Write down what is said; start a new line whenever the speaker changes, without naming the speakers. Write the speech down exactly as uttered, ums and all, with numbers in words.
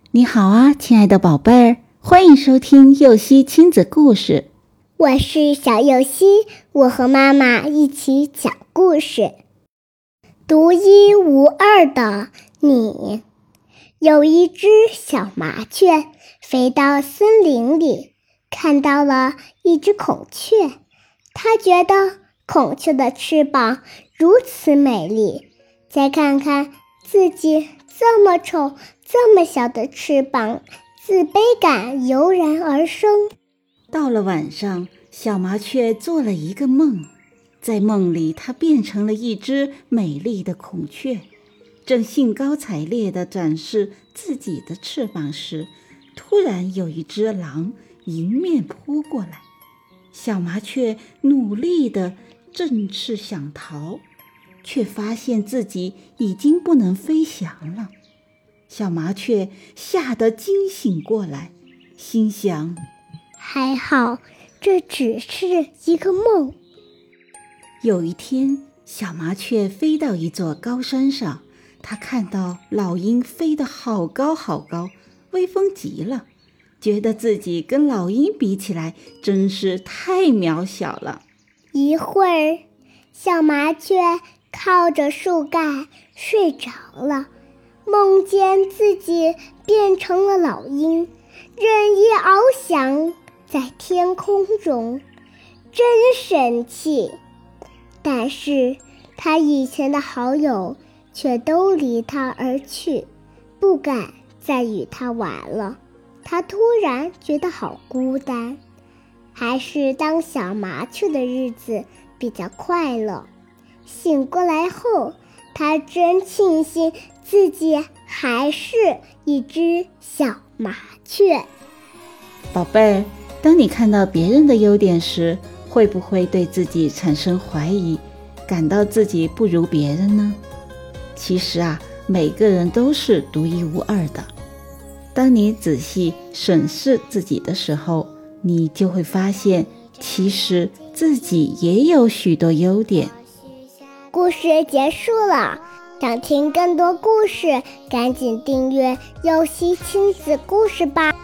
你好啊，亲爱的宝贝儿，欢迎收听幼熙亲子故事。
我是小幼熙，我和妈妈一起讲故事。独一无二的你。有一只小麻雀飞到森林里，看到了一只孔雀。它觉得孔雀的翅膀如此美丽，再看看自己这么丑这么小的翅膀，自卑感油然而生。
到了晚上，小麻雀做了一个梦，在梦里它变成了一只美丽的孔雀，正兴高采烈地展示自己的翅膀时，突然有一只狼迎面扑过来。小麻雀努力地振翅想逃，却发现自己已经不能飞翔了。小麻雀吓得惊醒过来，心想：
还好，这只是一个梦。
有一天，小麻雀飞到一座高山上，它看到老鹰飞得好高好高，威风极了，觉得自己跟老鹰比起来真是太渺小了。
一会儿，小麻雀靠着树干睡着了，梦见自己变成了老鹰，任意翱翔在天空中，真神气。但是他以前的好友却都离他而去，不敢再与他玩了。他突然觉得好孤单，还是当小麻雀的日子比较快乐。醒过来后，他真庆幸自己还是一只小麻雀。
宝贝儿，当你看到别人的优点时，会不会对自己产生怀疑，感到自己不如别人呢？其实啊，每个人都是独一无二的。当你仔细审视自己的时候，你就会发现，其实自己也有许多优点。
故事结束了，想听更多故事，赶紧订阅幼熙亲子故事吧。